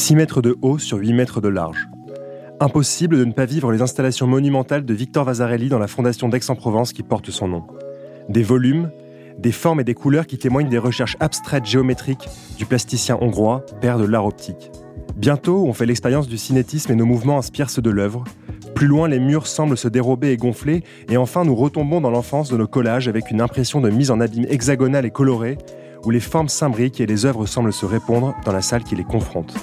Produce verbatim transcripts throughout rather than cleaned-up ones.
six mètres de haut sur huit mètres de large. Impossible de ne pas vivre les installations monumentales de Victor Vasarely dans la fondation d'Aix-en-Provence qui porte son nom. Des volumes, des formes et des couleurs qui témoignent des recherches abstraites géométriques du plasticien hongrois, père de l'art optique. Bientôt, on fait l'expérience du cinétisme et nos mouvements inspirent ceux de l'œuvre. Plus loin, les murs semblent se dérober et gonfler, et enfin nous retombons dans l'enfance de nos collages avec une impression de mise en abîme hexagonale et colorée, où les formes s'imbriquent et les œuvres semblent se répondre dans la salle qui les confronte.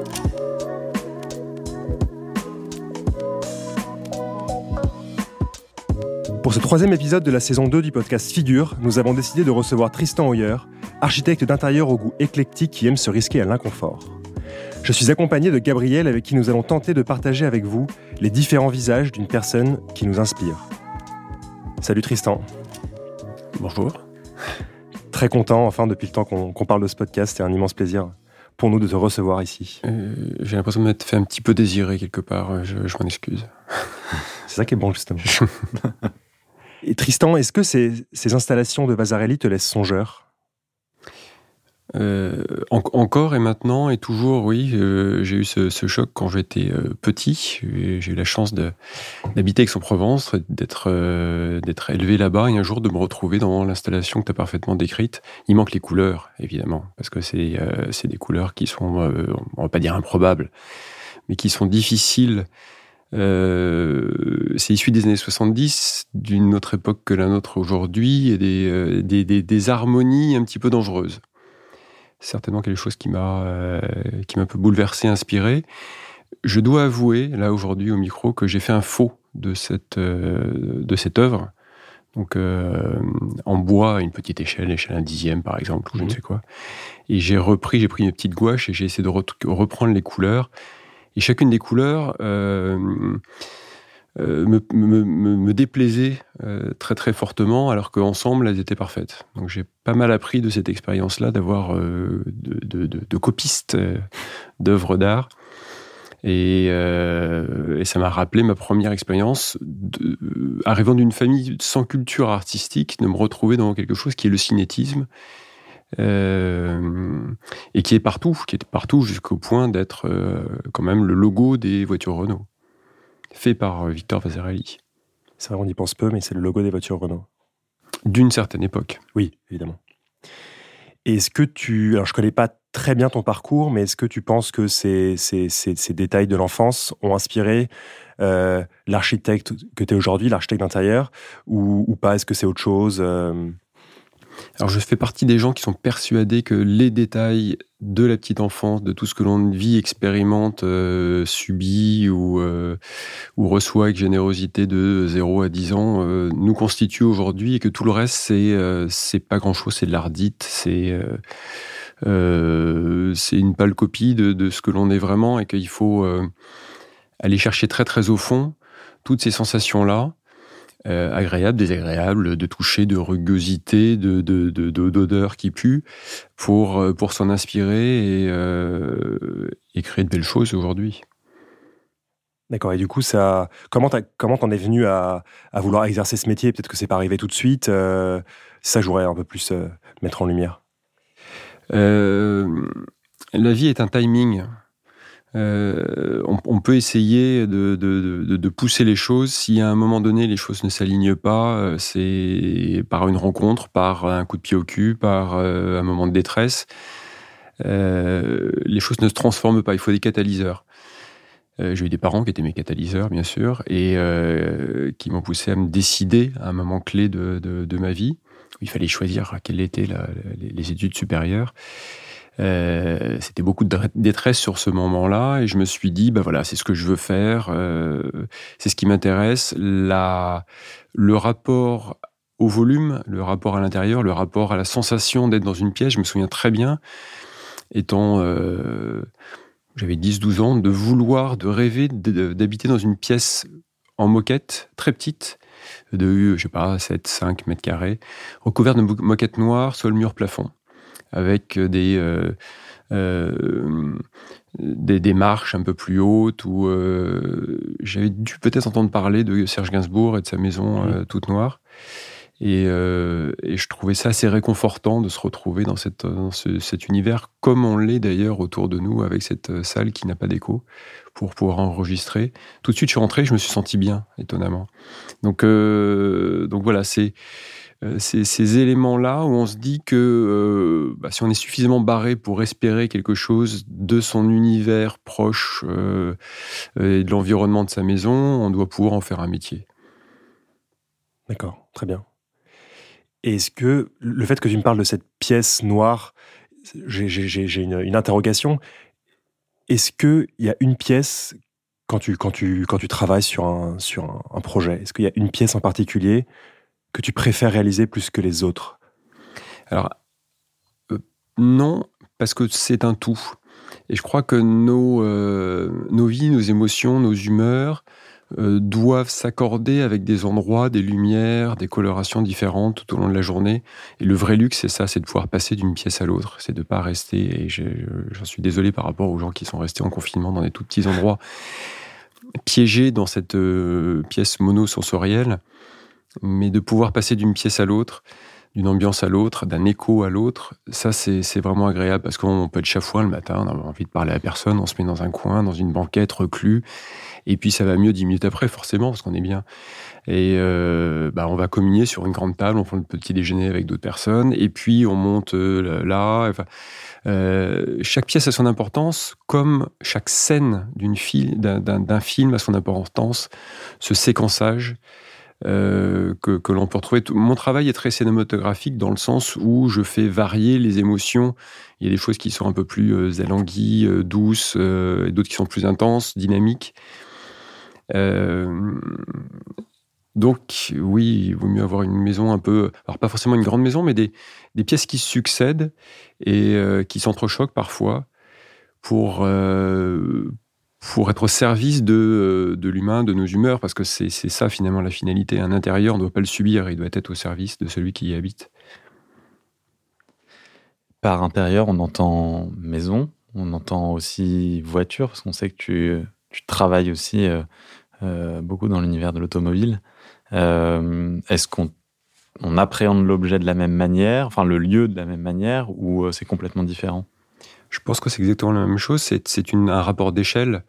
Pour ce troisième épisode de la saison deux du podcast Figure, nous avons décidé de recevoir Tristan Hoyer, architecte d'intérieur au goût éclectique qui aime se risquer à l'inconfort. Je suis accompagné de Gabriel avec qui nous allons tenter de partager avec vous les différents visages d'une personne qui nous inspire. Salut Tristan. Bonjour. Très content, enfin, depuis le temps qu'on, qu'on parle de ce podcast. C'est un immense plaisir pour nous de te recevoir ici. Euh, j'ai l'impression de m'être fait un petit peu désirer quelque part. Je, je m'en excuse. C'est ça qui est bon, justement. Et Tristan, est-ce que ces, ces installations de Vasarely te laissent songeur ? Euh, en, encore et maintenant et toujours, oui. Euh, j'ai eu ce, ce choc quand j'étais euh, petit. J'ai, j'ai eu la chance de, d'habiter Aix-en-Provence, d'être, euh, d'être élevé là-bas et un jour de me retrouver dans l'installation que tu as parfaitement décrite. Il manque les couleurs, évidemment, parce que c'est, euh, c'est des couleurs qui sont, euh, on va pas dire improbables, mais qui sont difficiles. Euh, c'est issu des années soixante-dix, d'une autre époque que la nôtre aujourd'hui, et des, euh, des, des, des harmonies un petit peu dangereuses. C'est certainement quelque chose qui m'a, euh, qui m'a un peu bouleversé, inspiré. Je dois avouer, là aujourd'hui au micro, que j'ai fait un faux de cette, euh, de cette œuvre. Donc euh, en bois, à une petite échelle, échelle un dixième par exemple, ou je mmh. ne sais quoi. Et j'ai repris, j'ai pris une petite gouache et j'ai essayé de re- reprendre les couleurs. Et chacune des couleurs euh, euh, me, me, me, me déplaisait euh, très très fortement, alors qu'ensemble, elles étaient parfaites. Donc j'ai pas mal appris de cette expérience-là, d'avoir euh, de, de, de, de copistes euh, d'œuvres d'art. Et, euh, et ça m'a rappelé ma première expérience, de, euh, arrivant d'une famille sans culture artistique, de me retrouver dans quelque chose qui est le cinétisme. Euh, et qui est partout, qui est partout jusqu'au point d'être euh, quand même le logo des voitures Renault, fait par euh, Victor Vasarely. C'est vrai, on y pense peu, mais c'est le logo des voitures Renault. D'une certaine époque. Oui, évidemment. Et est-ce que tu... Alors, je connais pas très bien ton parcours, mais est-ce que tu penses que ces, ces, ces, ces détails de l'enfance ont inspiré euh, l'architecte que tu es aujourd'hui, l'architecte d'intérieur, ou, ou pas ? Est-ce que c'est autre chose euh... Alors, je fais partie des gens qui sont persuadés que les détails de la petite enfance, de tout ce que l'on vit, expérimente, euh, subit ou, euh, ou reçoit avec générosité de zéro à dix ans, euh, nous constituent aujourd'hui, et que tout le reste, c'est, euh, c'est pas grand-chose, c'est de l'ardite, c'est, euh, euh, c'est une pâle copie de, de ce que l'on est vraiment, et qu'il faut euh, aller chercher très très au fond toutes ces sensations-là, Euh, agréable, désagréable, de toucher, de rugosité, de, de, de, de, d'odeur qui pue, pour, pour s'en inspirer et, euh, et créer de belles choses aujourd'hui. D'accord, et du coup, ça, comment, t'as, comment t'en es venu à, à vouloir exercer ce métier ? Peut-être que c'est pas arrivé tout de suite. Euh, ça, je voudrais un peu plus euh, mettre en lumière. Euh, la vie est un timing. Euh, on, on peut essayer de, de, de, de pousser les choses. Si à un moment donné les choses ne s'alignent pas, c'est par une rencontre, par un coup de pied au cul, par euh, un moment de détresse. Euh, les choses ne se transforment pas. Il faut des catalyseurs. Euh, j'ai eu des parents qui étaient mes catalyseurs, bien sûr, et euh, qui m'ont poussé à me décider à un moment clé de, de, de ma vie, où il fallait choisir quelles étaient la, les, les études supérieures. Euh, c'était beaucoup de détresse sur ce moment-là, et je me suis dit, bah voilà, c'est ce que je veux faire, euh, c'est ce qui m'intéresse. La, le rapport au volume, le rapport à l'intérieur, le rapport à la sensation d'être dans une pièce, je me souviens très bien, étant, euh, j'avais dix douze ans, de vouloir, de rêver de, d'habiter dans une pièce en moquette, très petite, de, je sais pas, sept cinq mètres carrés, recouverte de moquette noire, sol, mur, plafond, avec des, euh, euh, des, des marches un peu plus hautes, où euh, j'avais dû peut-être entendre parler de Serge Gainsbourg et de sa maison euh, toute noire. Et, euh, et je trouvais ça assez réconfortant de se retrouver dans, cette, dans ce, cet univers, comme on l'est d'ailleurs autour de nous, avec cette salle qui n'a pas d'écho, pour pouvoir enregistrer. Tout de suite, je suis rentré, je me suis senti bien, étonnamment. Donc, euh, donc voilà, c'est, euh, c'est ces éléments-là où on se dit que euh, bah, si on est suffisamment barré pour espérer quelque chose de son univers proche euh, et de l'environnement de sa maison, on doit pouvoir en faire un métier. D'accord, très bien. Et est-ce que le fait que tu me parles de cette pièce noire, j'ai, j'ai, j'ai, j'ai une, une interrogation. Est-ce qu'il y a une pièce, quand tu, quand tu, quand tu travailles sur, un, sur un, un projet, est-ce qu'il y a une pièce en particulier que tu préfères réaliser plus que les autres ? Alors, euh, non, parce que c'est un tout. Et je crois que nos, euh, nos vies, nos émotions, nos humeurs euh, doivent s'accorder avec des endroits, des lumières, des colorations différentes tout au long de la journée. Et le vrai luxe, c'est ça, c'est de pouvoir passer d'une pièce à l'autre. C'est de ne pas rester, et j'ai, j'en suis désolé par rapport aux gens qui sont restés en confinement dans des tout petits endroits, piégés dans cette euh, pièce monosensorielle, mais de pouvoir passer d'une pièce à l'autre, d'une ambiance à l'autre, d'un écho à l'autre, ça c'est, c'est vraiment agréable parce qu'on peut être chafouin le matin, on a envie de parler à personne, on se met dans un coin, dans une banquette, reclus, et puis ça va mieux dix minutes après forcément parce qu'on est bien. Et euh, bah, on va communier sur une grande table, on prend le petit déjeuner avec d'autres personnes, et puis on monte euh, là. Enfin, euh, chaque pièce a son importance, comme chaque scène d'une fil- d'un, d'un, d'un film a son importance, ce séquençage. Euh, que, que l'on peut retrouver. Mon travail est très cinématographique dans le sens où je fais varier les émotions. Il y a des choses qui sont un peu plus euh, alanguies, euh, douces, euh, et d'autres qui sont plus intenses, dynamiques. Euh, donc, oui, il vaut mieux avoir une maison un peu... Alors, pas forcément une grande maison, mais des, des pièces qui se succèdent et euh, qui s'entrechoquent parfois pour... Euh, pour être au service de, de l'humain, de nos humeurs, parce que c'est, c'est ça finalement la finalité. Un intérieur, on ne doit pas le subir, il doit être au service de celui qui y habite. Par intérieur, on entend maison, on entend aussi voiture, parce qu'on sait que tu, tu travailles aussi euh, euh, beaucoup dans l'univers de l'automobile. Euh, est-ce qu'on on appréhende l'objet de la même manière, enfin le lieu de la même manière, ou euh, c'est complètement différent ? Je pense que c'est exactement la même chose. C'est, c'est une, un rapport d'échelle.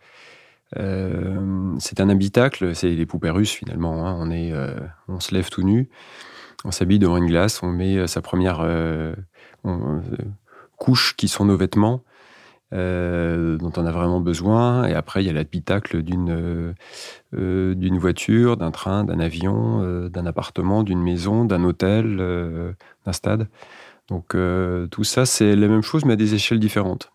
Euh, c'est un habitacle. C'est les poupées russes, finalement. Hein. On, est, euh, on se lève tout nu. On s'habille devant une glace. On met sa première euh, on, euh, couche qui sont nos vêtements, euh, dont on a vraiment besoin. Et après, il y a l'habitacle d'une, euh, d'une voiture, d'un train, d'un avion, euh, d'un appartement, d'une maison, d'un hôtel, euh, d'un stade. Donc euh, tout ça, c'est la même chose, mais à des échelles différentes.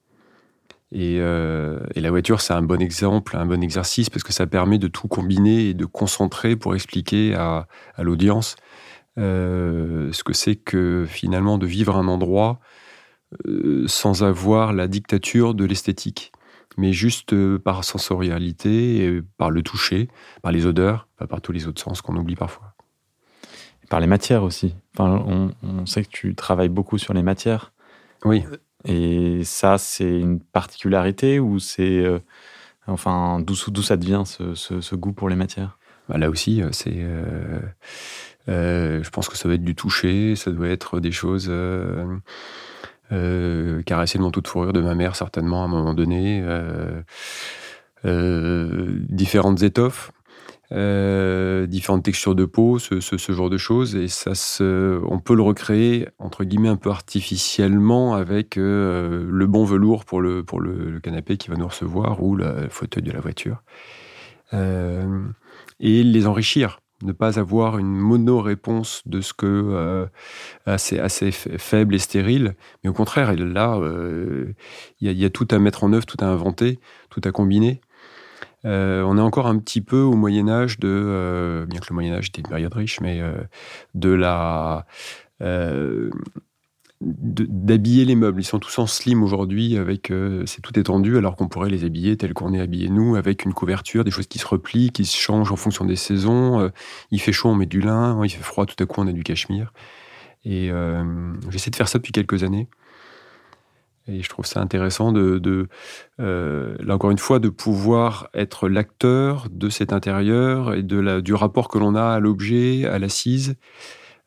Et, euh, et la voiture, c'est un bon exemple, un bon exercice, parce que ça permet de tout combiner et de concentrer pour expliquer à, à l'audience euh, ce que c'est que finalement de vivre un endroit euh, sans avoir la dictature de l'esthétique, mais juste euh, par sensorialité, et par le toucher, par les odeurs, pas par tous les autres sens qu'on oublie parfois. Par les matières aussi. Enfin, on, on sait que tu travailles beaucoup sur les matières. Oui. Et ça, c'est une particularité ou c'est... Euh, enfin, d'où, d'où ça devient, ce, ce, ce goût pour les matières ? Bah là aussi, c'est... Euh, euh, je pense que ça doit être du toucher, ça doit être des choses... Euh, euh, caresser le manteau de fourrure de ma mère, certainement, à un moment donné. Euh, euh, différentes étoffes. Euh, différentes textures de peau, ce, ce, ce genre de choses, et ça se, on peut le recréer entre guillemets un peu artificiellement avec euh, le bon velours pour le pour le, le canapé qui va nous recevoir ou le fauteuil de la voiture, euh, et les enrichir, ne pas avoir une mono-réponse de ce que euh, assez assez faible et stérile, mais au contraire, là, il euh, y, y a tout à mettre en œuvre, tout à inventer, tout à combiner. Euh, on est encore un petit peu au Moyen-Âge de, euh, bien que le Moyen-Âge était une période riche, mais euh, de la, euh, de, d'habiller les meubles. Ils sont tous en slim aujourd'hui, avec, euh, c'est tout étendu, alors qu'on pourrait les habiller tel qu'on est habillé nous, avec une couverture, des choses qui se replient, qui se changent en fonction des saisons. Euh, il fait chaud, on met du lin. Il fait froid, tout à coup, on a du cachemire. Et euh, j'essaie de faire ça depuis quelques années. Et je trouve ça intéressant de, de euh, là encore une fois, de pouvoir être l'acteur de cet intérieur et de la, du rapport que l'on a à l'objet, à l'assise,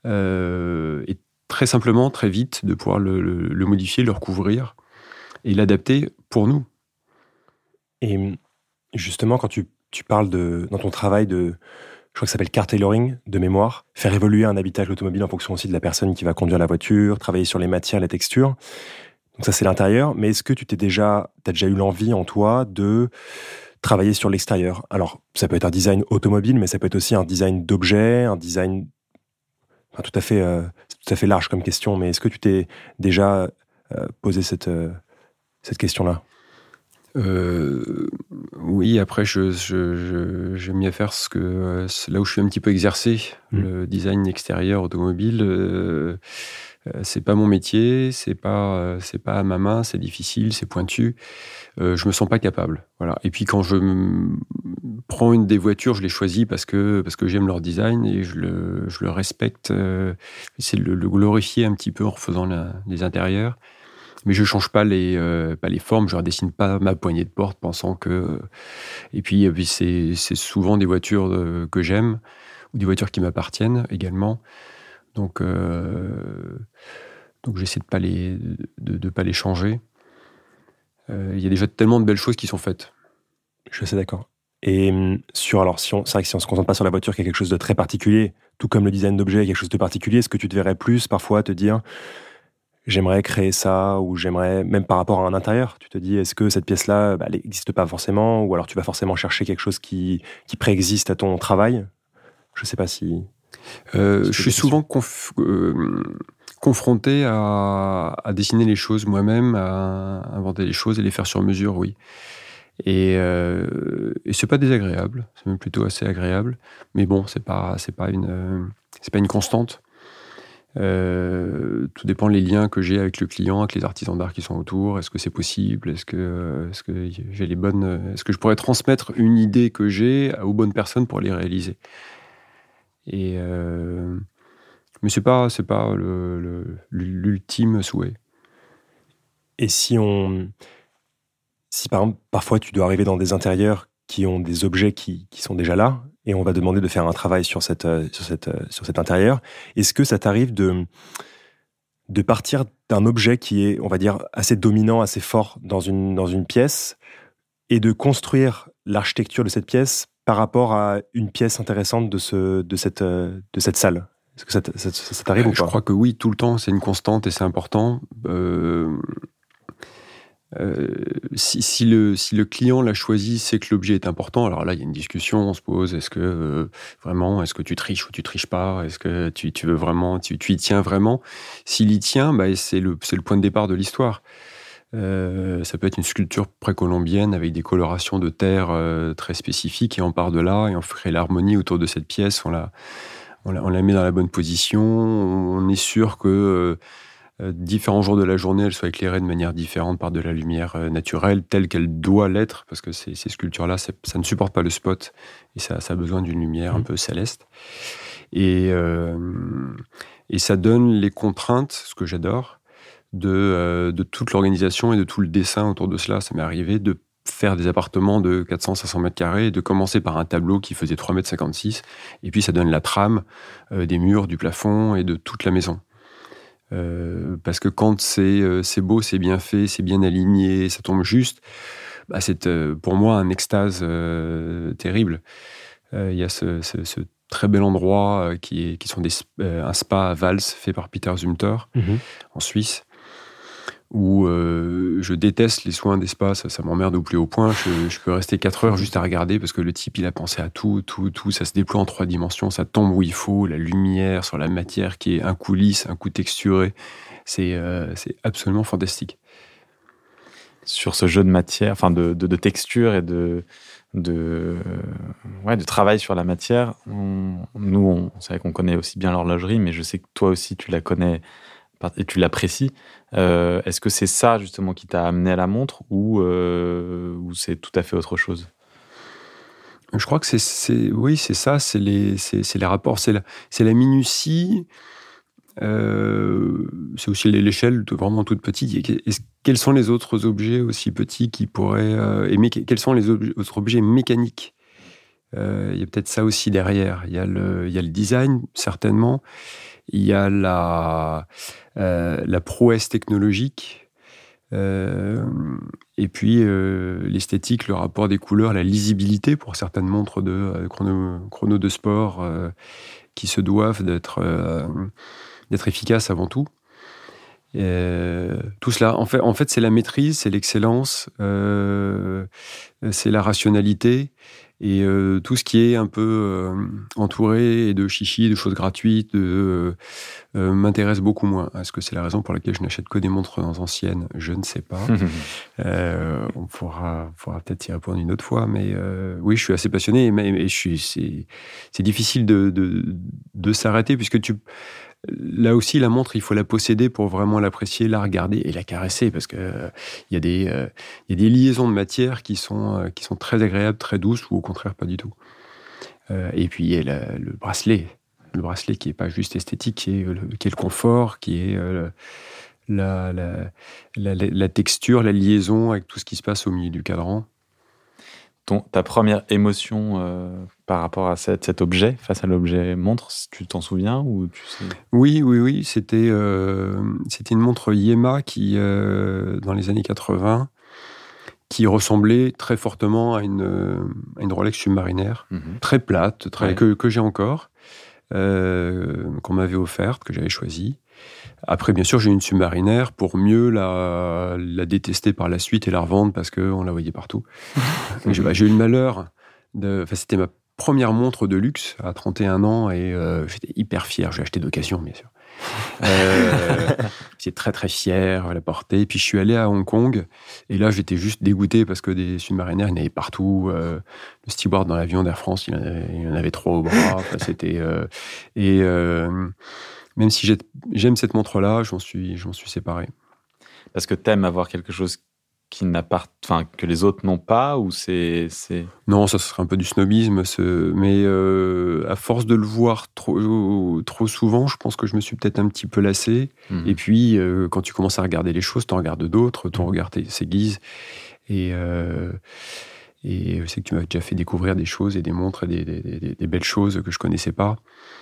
euh, et très simplement, très vite, de pouvoir le, le, le modifier, le recouvrir et l'adapter pour nous. Et justement, quand tu, tu parles de, dans ton travail de, je crois que ça s'appelle car tailoring, de mémoire, faire évoluer un habitage automobile en fonction aussi de la personne qui va conduire la voiture, travailler sur les matières, les textures. Donc ça, c'est l'intérieur. Mais est-ce que tu t'es déjà, t'as déjà eu l'envie en toi de travailler sur l'extérieur? Alors, ça peut être un design automobile, mais ça peut être aussi un design d'objets, un design... Enfin, tout à fait, euh, c'est tout à fait large comme question, mais est-ce que tu t'es déjà euh, posé cette, euh, cette question-là? Euh, oui, après, je, je, je, j'ai mis à faire ce que, c'est là où je suis un petit peu exercé. Mmh. Le design extérieur automobile, euh, c'est pas mon métier, c'est pas, c'est pas à ma main, c'est difficile, c'est pointu. Euh, je me sens pas capable. Voilà. Et puis quand je m- prends une des voitures, je les choisis parce que, parce que j'aime leur design et je le, je le respecte. Euh, j'essaie de le, le glorifier un petit peu en refaisant la, les intérieurs. Mais je change pas les, euh, pas les formes, je redessine pas ma poignée de porte pensant que... Et puis, et puis c'est, c'est souvent des voitures de, que j'aime, ou des voitures qui m'appartiennent également. Donc, euh, donc j'essaie de pas les, de, de pas les changer. Euh, il y a déjà tellement de belles choses qui sont faites. Je suis assez d'accord. Et sur, alors, si on, c'est vrai que si on se concentre pas sur la voiture, qui est quelque chose de très particulier, tout comme le design d'objet est quelque chose de particulier, est-ce que tu te verrais plus parfois te dire... J'aimerais créer ça, ou j'aimerais, même par rapport à un intérieur, tu te dis, est-ce que cette pièce-là, bah, elle n'existe pas forcément, ou alors tu vas forcément chercher quelque chose qui, qui préexiste à ton travail? Je ne sais pas si... Euh, je suis souvent conf, euh, confronté à, à dessiner les choses moi-même, à inventer les choses et les faire sur mesure, oui. Et, euh, et c'est pas désagréable, c'est même plutôt assez agréable. Mais bon, c'est pas, c'est pas une, euh, c'est pas une constante. Euh, tout dépend des liens que j'ai avec le client, avec les artisans d'art qui sont autour. Est-ce que c'est possible? Est-ce que, est-ce que j'ai les bonnes, est-ce que je pourrais transmettre une idée que j'ai aux bonnes personnes pour les réaliser? Et euh, mais c'est pas, c'est pas le, le, l'ultime souhait. Et si on, si par exemple, parfois tu dois arriver dans des intérieurs qui ont des objets qui, qui sont déjà là, et on va demander de faire un travail sur cette, sur cette, sur cet intérieur, est-ce que ça t'arrive de de partir d'un objet qui est, on va dire, assez dominant, assez fort dans une, dans une pièce, et de construire l'architecture de cette pièce par rapport à une pièce intéressante de, ce, de, cette, de cette salle? Est-ce que ça, ça, ça, ça t'arrive euh, ou pas? Je crois que oui, tout le temps, c'est une constante et c'est important. Euh, euh, si, si, le, si le client l'a choisi, c'est que l'objet est important. Alors là, il y a une discussion, on se pose, est-ce que euh, vraiment, est-ce que tu triches ou tu triches pas? Est-ce que tu, tu veux vraiment, tu, tu y tiens vraiment? S'il y tient, bah, c'est, le, c'est le point de départ de l'histoire. Euh, ça peut être une sculpture précolombienne avec des colorations de terre euh, très spécifiques, et on part de là et on crée l'harmonie autour de cette pièce, on la, on la, on la met dans la bonne position, on est sûr que euh, différents jours de la journée elle soit éclairée de manière différente par de la lumière euh, naturelle telle qu'elle doit l'être, parce que ces, ces sculptures-là, ça ne supporte pas le spot et ça, ça a besoin d'une lumière mmh. un peu céleste, et, euh, et ça donne les contraintes, ce que j'adore, De, euh, de toute l'organisation et de tout le dessin autour de cela. Ça m'est arrivé de faire des appartements de quatre cents à cinq cents mètres carrés, de commencer par un tableau qui faisait trois mètres cinquante-six, et puis ça donne la trame euh, des murs, du plafond et de toute la maison. Euh, parce que quand c'est, euh, c'est beau, c'est bien fait, c'est bien aligné, ça tombe juste, bah c'est euh, pour moi un extase euh, terrible. Il euh, y a ce, ce, ce très bel endroit euh, qui, est, qui sont des, euh, un spa à Vals fait par Peter Zumthor mmh. en Suisse, où euh, je déteste les soins d'espace, ça, ça m'emmerde au plus haut point. Je, je peux rester quatre heures juste à regarder parce que le type, il a pensé à tout, tout, tout. Ça se déploie en trois dimensions, ça tombe où il faut, la lumière sur la matière qui est un coup lisse, un coup texturé. C'est, euh, c'est absolument fantastique. Sur ce jeu de matière, enfin de, de, de texture et de, de, ouais, de travail sur la matière, on, nous, on, c'est vrai qu'on connaît aussi bien l'horlogerie, mais je sais que toi aussi, tu la connais et tu l'apprécies. Euh, est-ce que c'est ça, justement, qui t'a amené à la montre, ou, euh, ou c'est tout à fait autre chose? Je crois que c'est, c'est oui, c'est ça, c'est les, c'est, c'est les rapports, c'est la, c'est la minutie, euh, c'est aussi l'échelle vraiment toute petite. Est-ce, quels sont les autres objets aussi petits qui pourraient... Euh, et méca- quels sont les ob- autres objets mécaniques? Il euh, y a peut-être ça aussi derrière. Il y a le, il y a le design, certainement. il y a la, euh, la prouesse technologique, euh, et puis euh, l'esthétique, le rapport des couleurs, la lisibilité pour certaines montres de euh, chrono, chrono de sport euh, qui se doivent d'être, euh, d'être efficaces avant tout. Euh, tout cela, en fait, en fait, c'est la maîtrise, c'est l'excellence, euh, c'est la rationalité et euh, tout ce qui est un peu euh, entouré de chichis, de choses gratuites, de, euh, m'intéresse beaucoup moins. Est-ce que c'est la raison pour laquelle je n'achète que des montres anciennes ? Je ne sais pas. euh, on pourra, pourra peut-être y répondre une autre fois, mais euh, oui, je suis assez passionné et, et je suis, c'est, c'est difficile de, de, de s'arrêter puisque tu là aussi, la montre, il faut la posséder pour vraiment l'apprécier, la regarder et la caresser, parce que euh, il y a des, euh, il y a des liaisons de matière qui sont, euh, qui sont très agréables, très douces, ou au contraire pas du tout. Euh, et puis il y a la, le bracelet, le bracelet qui est pas juste esthétique, qui est le, qui est le confort, qui est euh, la, la, la, la, la texture, la liaison avec tout ce qui se passe au milieu du cadran. Ton, ta première émotion euh, par rapport à cet, cet objet, face à l'objet montre, tu t'en souviens ou tu sais... Oui, oui, oui. C'était, euh, c'était une montre Yema qui, euh, dans les années quatre-vingts, qui ressemblait très fortement à une, à une Rolex Submariner, mmh. très plate, très, ouais. que, que j'ai encore, euh, qu'on m'avait offerte, que j'avais choisie. Après, bien sûr, j'ai eu une Submariner pour mieux la, la détester par la suite et la revendre parce qu'on la voyait partout. j'ai, bah, j'ai eu le malheur de... Enfin, c'était ma première montre de luxe à trente et un ans et euh, j'étais hyper fier. J'ai acheté d'occasion, bien sûr. Euh, j'étais très, très fier à la porter. Et puis, je suis allé à Hong Kong et là, j'étais juste dégoûté parce que des Submariner, il y en avait partout. Euh, le steward dans l'avion d'Air France, il en avait, il en avait trois au bras. Enfin, c'était... Euh, et... Euh, Même si j'ai, j'aime cette montre-là, j'en suis, j'en suis séparé. Parce que t'aimes avoir quelque chose qui n'appart... enfin, que les autres n'ont pas, ou c'est, c'est... Non, ça serait un peu du snobisme, ce... mais euh, à force de le voir trop, trop souvent, je pense que je me suis peut-être un petit peu lassé. Mmh. Et puis, euh, quand tu commences à regarder les choses, tu en regardes d'autres, tu en regardes s'aiguise. Et, euh, et je sais que tu m'as déjà fait découvrir des choses et des montres et des, des, des, des belles choses que je ne connaissais pas.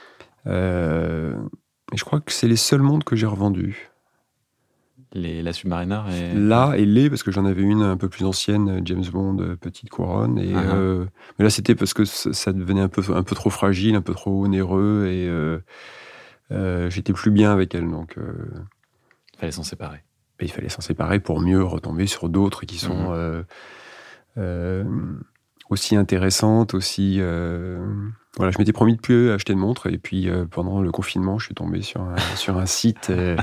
Euh, Et je crois que c'est les seules montres que j'ai revendues. Les, la Submariner et... Là, et les, parce que j'en avais une un peu plus ancienne, James Bond, petite couronne. Et, uh-huh. euh, mais là, c'était parce que ça, ça devenait un peu, un peu trop fragile, un peu trop onéreux, et euh, euh, j'étais plus bien avec elle. Donc, euh, il fallait s'en séparer. Il fallait s'en séparer pour mieux retomber sur d'autres qui sont uh-huh. euh, euh, aussi intéressantes, aussi... Euh, Voilà, je m'étais promis de plus acheter de montres et puis euh, pendant le confinement, je suis tombé sur un, sur un site, euh,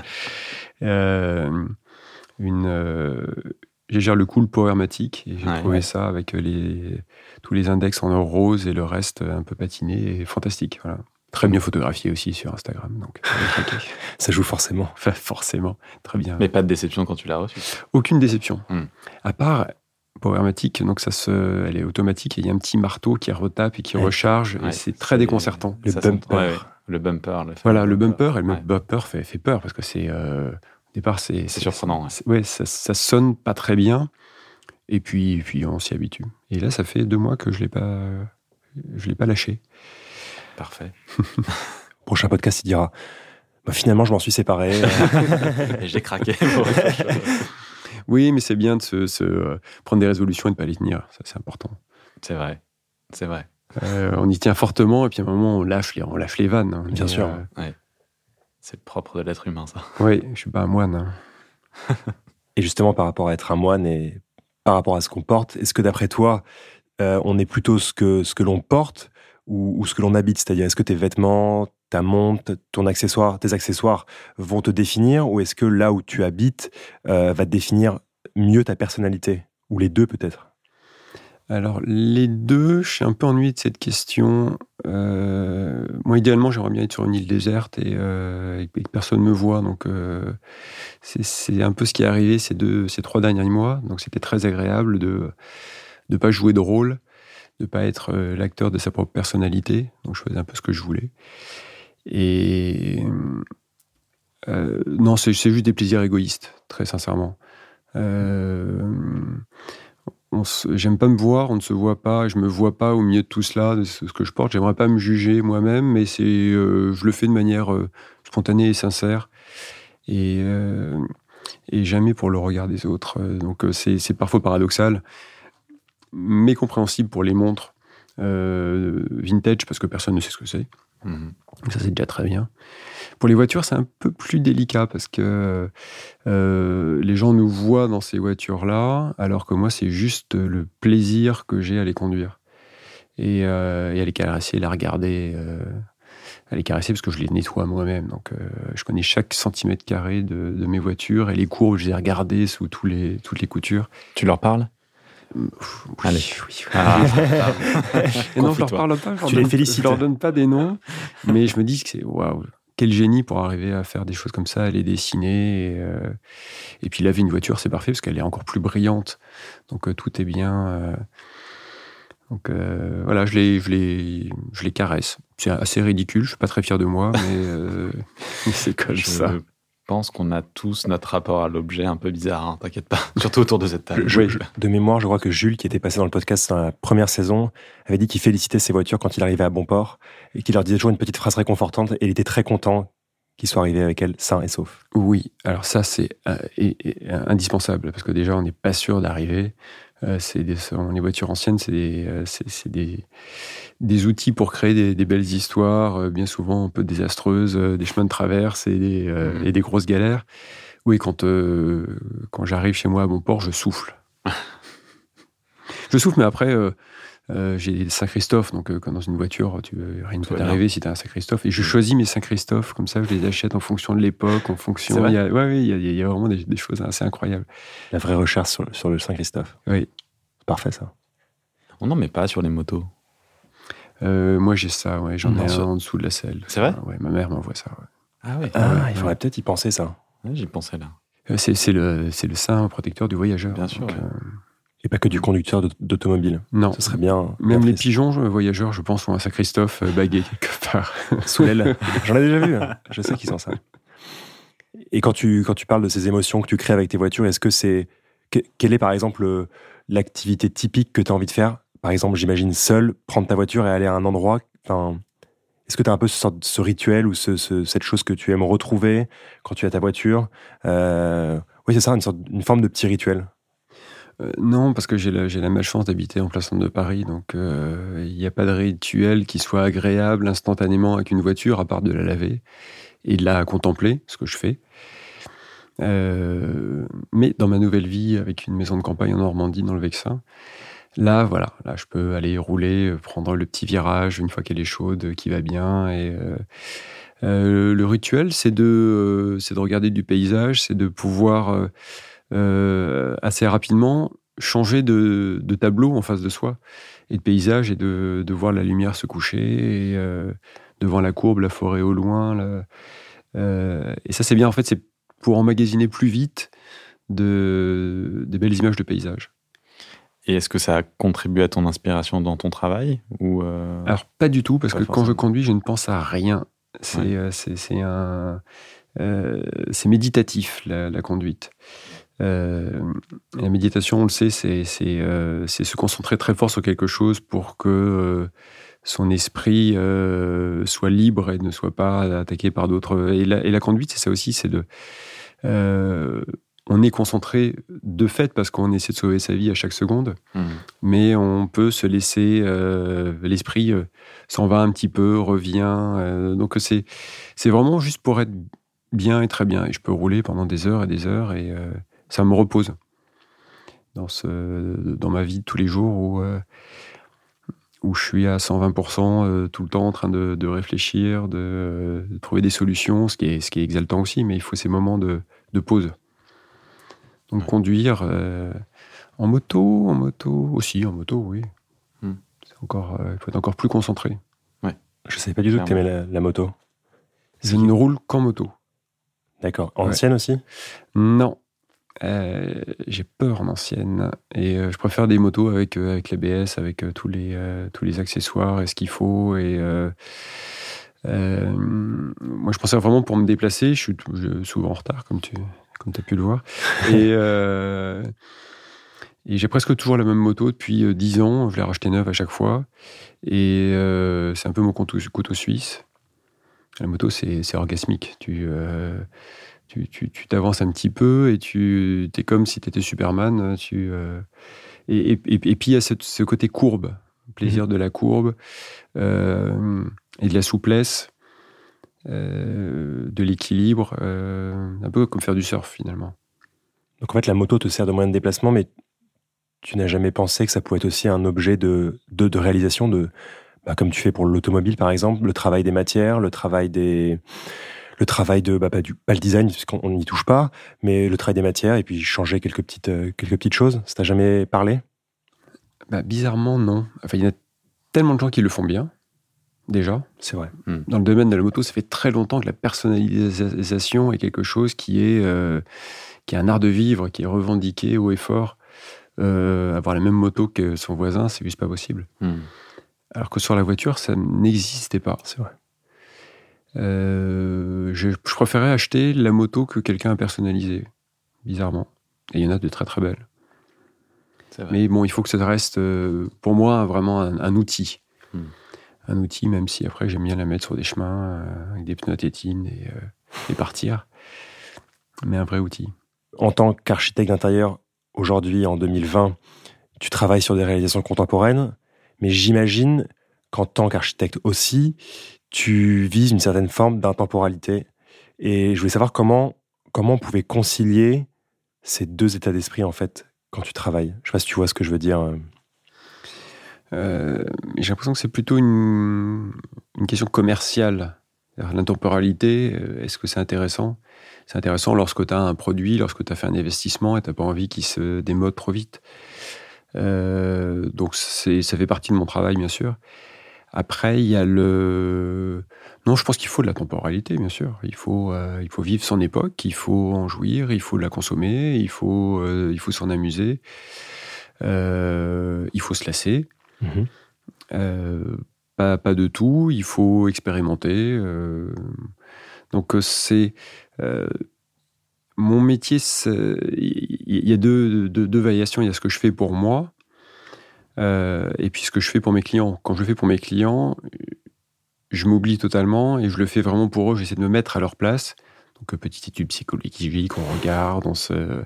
euh, une, euh, j'ai géré le Cool Powermatic et j'ai ouais, trouvé ouais. ça avec les, tous les index en or rose et le reste un peu patiné et fantastique. Voilà. Très bien photographié aussi sur Instagram. Donc, ça joue forcément. Enfin, forcément, très bien. Mais pas de déception quand tu l'as reçue. Aucune déception. Mm. À part... Powermatic, donc ça se, elle est automatique et il y a un petit marteau qui retape et qui ouais. recharge ouais, et c'est très c'est déconcertant. Le bumper. Ouais, ouais. Le bumper. Le voilà, le bumper et le ouais. bumper fait, fait peur parce que c'est, euh, au départ, c'est, c'est, c'est surprenant. C'est, ouais, ça, ça sonne pas très bien et puis, et puis on s'y habitue. Et là, ça fait deux mois que je l'ai pas, je l'ai pas lâché. Parfait. Prochain podcast, il dira, bah, finalement, je m'en suis séparé. et j'ai craqué. Oui, mais c'est bien de se, se euh, prendre des résolutions et de ne pas les tenir. Ça, c'est important. C'est vrai. C'est vrai. Euh, on y tient fortement et puis à un moment, on lâche les, on lâche les vannes. Hein, bien sûr. Euh... Ouais. C'est le propre de l'être humain, ça. Oui, je ne suis pas un moine. Hein. Et justement, par rapport à être un moine et par rapport à ce qu'on porte, est-ce que d'après toi, euh, on est plutôt ce que, ce que l'on porte ou, ou ce que l'on habite ? C'est-à-dire, est-ce que tes vêtements, ta montre, ton accessoire, tes accessoires vont te définir ou est-ce que là où tu habites euh, va te définir mieux ta personnalité ? Ou les deux peut-être ? Alors les deux, je suis un peu ennuyé de cette question. Euh, moi idéalement j'aimerais bien être sur une île déserte et, euh, et que personne ne me voit. Donc euh, c'est, c'est un peu ce qui est arrivé ces, deux, ces trois derniers mois. Donc c'était très agréable de ne pas jouer de rôle, de ne pas être euh, l'acteur de sa propre personnalité. Donc je faisais un peu ce que je voulais. Et euh, non, c'est, c'est juste des plaisirs égoïstes, très sincèrement. Euh, on se, j'aime pas me voir, on ne se voit pas, je me vois pas au milieu de tout cela, de ce que je porte. J'aimerais pas me juger moi-même, mais c'est, euh, je le fais de manière, euh, spontané et sincère, et, euh, et jamais pour le regard des autres. Donc c'est, c'est parfois paradoxal, mais compréhensible pour les montres euh, vintage, parce que personne ne sait ce que c'est. Mmh. Donc ça, c'est déjà très bien. Pour les voitures, c'est un peu plus délicat, parce que euh, les gens nous voient dans ces voitures-là, alors que moi, c'est juste le plaisir que j'ai à les conduire. Et, euh, et à les caresser, les regarder... Euh, à les caresser parce que je les nettoie moi-même. Donc, euh, je connais chaque centimètre carré de, de mes voitures et les courbes, je les ai regardées sous tous les, toutes les coutures. Tu leur parles ? Oui, Allez. Oui. Ah, et non, je leur parle pas. Je tu leur les félicites. Je leur donne pas des noms, mais je me dis que c'est waouh, quel génie pour arriver à faire des choses comme ça, à les dessiner. Et, euh, et puis laver une voiture, c'est parfait parce qu'elle est encore plus brillante. Donc euh, tout est bien. Euh, Donc euh, voilà, je les, je, les, je les caresse. C'est assez ridicule, je suis pas très fier de moi, mais, euh, mais c'est comme je ça. Je pense qu'on a tous notre rapport à l'objet un peu bizarre, hein, t'inquiète pas, surtout autour de cette table. Je, je, de mémoire, je crois que Jules, qui était passé dans le podcast dans la première saison, avait dit qu'il félicitait ses voitures quand il arrivait à bon port et qu'il leur disait toujours une petite phrase réconfortante, et il était très content qu'il soit arrivé avec elles sain et sauf. Oui, alors ça c'est euh, et, et, indispensable, parce que déjà on n'est pas sûr d'arriver. Euh, c'est des, les voitures anciennes, c'est, des, euh, c'est, c'est des, des outils pour créer des, des belles histoires, euh, bien souvent un peu désastreuses, euh, des chemins de traverse et des, euh, mmh. et des grosses galères. Oui, quand, euh, quand j'arrive chez moi à bon port, je souffle. je souffle, mais après, euh, euh, j'ai des Saint-Christophe, donc euh, quand dans une voiture, tu, rien ne peut t'arriver si tu as un Saint-Christophe. Et je choisis mes Saint-Christophe, comme ça, je les achète en fonction de l'époque, en fonction... C'est vrai ? Il y a, ouais, oui, il y a, il y a vraiment des, des choses assez incroyables. La vraie recherche sur, sur le Saint-Christophe. Oui. C'est parfait, ça. On n'en met pas sur les motos. Euh, moi, j'ai ça, ouais. J'en non, ai ça... un en dessous de la selle. C'est vrai ? Ouais, ma mère m'envoie ça, ouais. Ah ouais. Ah, ouais, il faudrait ouais. peut-être y penser, ça. Ouais, j'y pensais, là. Euh, c'est, c'est, le, c'est le saint protecteur du voyageur. Bien sûr, donc, ouais. euh... Et pas que du conducteur d'automobile. Non. Ce serait bien. Même les pigeons voyageurs, je pense, ont un Saint-Christophe bagué quelque part. Sous l'aile. J'en ai déjà vu. Hein. Je sais qu'ils sont ça. Et quand tu, quand tu parles de ces émotions que tu crées avec tes voitures, est-ce que c'est... Quelle est, par exemple, l'activité typique que tu as envie de faire ? Par exemple, j'imagine seul, prendre ta voiture et aller à un endroit. Enfin, est-ce que tu as un peu ce, ce rituel ou ce, ce, cette chose que tu aimes retrouver quand tu as ta voiture ? euh... Oui, c'est ça, une, sorte, une forme de petit rituel. Euh, non, parce que j'ai la, j'ai la malchance d'habiter en plein centre de Paris, donc il euh, n'y a pas de rituel qui soit agréable instantanément avec une voiture, à part de la laver et de la contempler, ce que je fais. Euh, mais dans ma nouvelle vie, avec une maison de campagne en Normandie, dans le Vexin, là, voilà, là, je peux aller rouler, prendre le petit virage une fois qu'elle est chaude, qui va bien. Et euh, euh, le rituel, c'est de, euh, c'est de regarder du paysage, c'est de pouvoir euh, euh, assez rapidement changer de, de tableau en face de soi et de paysage, et de, de voir la lumière se coucher et, euh, devant la courbe, la forêt au loin. La, euh, et ça, c'est bien. En fait, c'est pour emmagasiner plus vite de, de belles images de paysage. Et est-ce que ça a contribué à ton inspiration dans ton travail ou euh... Alors, pas du tout, parce pas que forcément. Quand je conduis, je ne pense à rien. C'est, ouais. euh, c'est, c'est, un, euh, c'est méditatif, la, la conduite. Euh, la méditation, on le sait, c'est, c'est, euh, c'est se concentrer très fort sur quelque chose pour que euh, son esprit euh, soit libre et ne soit pas attaqué par d'autres. Et la, et la conduite, c'est ça aussi, c'est de... Euh, on est concentré de fait parce qu'on essaie de sauver sa vie à chaque seconde, mmh. mais on peut se laisser... Euh, l'esprit euh, s'en va un petit peu, revient. Euh, donc c'est, c'est vraiment juste pour être bien et très bien. Et je peux rouler pendant des heures et des heures et euh, ça me repose dans, ce, dans ma vie de tous les jours où, euh, où je suis à cent vingt pour cent euh, tout le temps en train de, de réfléchir, de, euh, de trouver des solutions, ce qui est, ce qui est exaltant aussi, mais il faut ces moments de, de pause. Donc, ouais. conduire euh, en moto, en moto aussi, en moto, oui. Hmm. C'est encore, il euh, faut être encore plus concentré. Ouais. Je ne savais pas du tout Clairement. que tu aimais la, la moto. Je ne roule qu'en moto. D'accord. En ouais. ancienne aussi ? Non. Euh, j'ai peur en ancienne. Et euh, je préfère des motos avec, euh, avec l'A B S, avec euh, tous, les, euh, tous les accessoires et ce qu'il faut. Et, euh, euh, moi, je pensais vraiment pour me déplacer. Je suis, je suis souvent en retard, comme tu comme tu as pu le voir. Et, euh, et j'ai presque toujours la même moto depuis euh, dix ans. Je l'ai rachetée neuve à chaque fois. Et euh, c'est un peu mon couteau, couteau suisse. La moto, c'est, c'est orgasmique. Tu, euh, tu, tu, tu t'avances un petit peu et tu es comme si tu étais Superman. Tu, euh, et, et, et, et puis, il y a ce, ce côté courbe, le plaisir mmh. de la courbe euh, et de la souplesse, euh, de l'équilibre, euh, un peu comme faire du surf, finalement. Donc, en fait, la moto te sert de moyen de déplacement, mais tu n'as jamais pensé que ça pouvait être aussi un objet de, de, de réalisation, de, bah, comme tu fais pour l'automobile, par exemple, le travail des matières, le travail des... le travail de, bah, pas, du, pas le design, puisqu'on n'y touche pas, mais le travail des matières, et puis changer quelques petites, euh, quelques petites choses. Ça t'a jamais parlé ? Bah, bizarrement, non. Enfin, il y a tellement de gens qui le font bien, déjà. C'est vrai. Dans le domaine de la moto, ça fait très longtemps que la personnalisation est quelque chose qui est, euh, qui est un art de vivre, qui est revendiqué haut et fort. Euh, avoir la même moto que son voisin, c'est juste pas possible. Mm. Alors que sur la voiture, ça n'existait pas. C'est vrai. Euh, je, je préférais acheter la moto que quelqu'un a personnalisée, bizarrement. Et il y en a de très très belles. C'est vrai. Mais bon, il faut que ça reste, euh, pour moi, vraiment un, un outil. Mm. Un outil, même si après j'aime bien la mettre sur des chemins, euh, avec des pneus à tétine et, euh, et partir. Mais un vrai outil. En tant qu'architecte d'intérieur, aujourd'hui, en deux mille vingt, tu travailles sur des réalisations contemporaines, mais j'imagine qu'en tant qu'architecte aussi, tu vises une certaine forme d'intemporalité. Et je voulais savoir comment, comment on pouvait concilier ces deux états d'esprit, en fait, quand tu travailles. Je ne sais pas si tu vois ce que je veux dire. Euh, j'ai l'impression que c'est plutôt une, une question commerciale. L'intemporalité, est-ce que c'est intéressant ? C'est intéressant lorsque tu as un produit, lorsque tu as fait un investissement et tu n'as pas envie qu'il se démode trop vite. Euh, donc c'est, ça fait partie de mon travail, bien sûr. Après, il y a le... Non, je pense qu'il faut de la temporalité, bien sûr. Il faut, euh, il faut vivre son époque, il faut en jouir, il faut la consommer, il faut, euh, il faut s'en amuser, euh, il faut se lasser. Mmh. Euh, pas, pas de tout, il faut expérimenter. Euh, donc c'est... Euh, mon métier, il y a deux, deux, deux variations. Il y a ce que je fais pour moi euh, et puis ce que je fais pour mes clients. Quand je le fais pour mes clients, je m'oublie totalement et je le fais vraiment pour eux. J'essaie de me mettre à leur place. Donc, petite étude psychologique, on regarde, on se,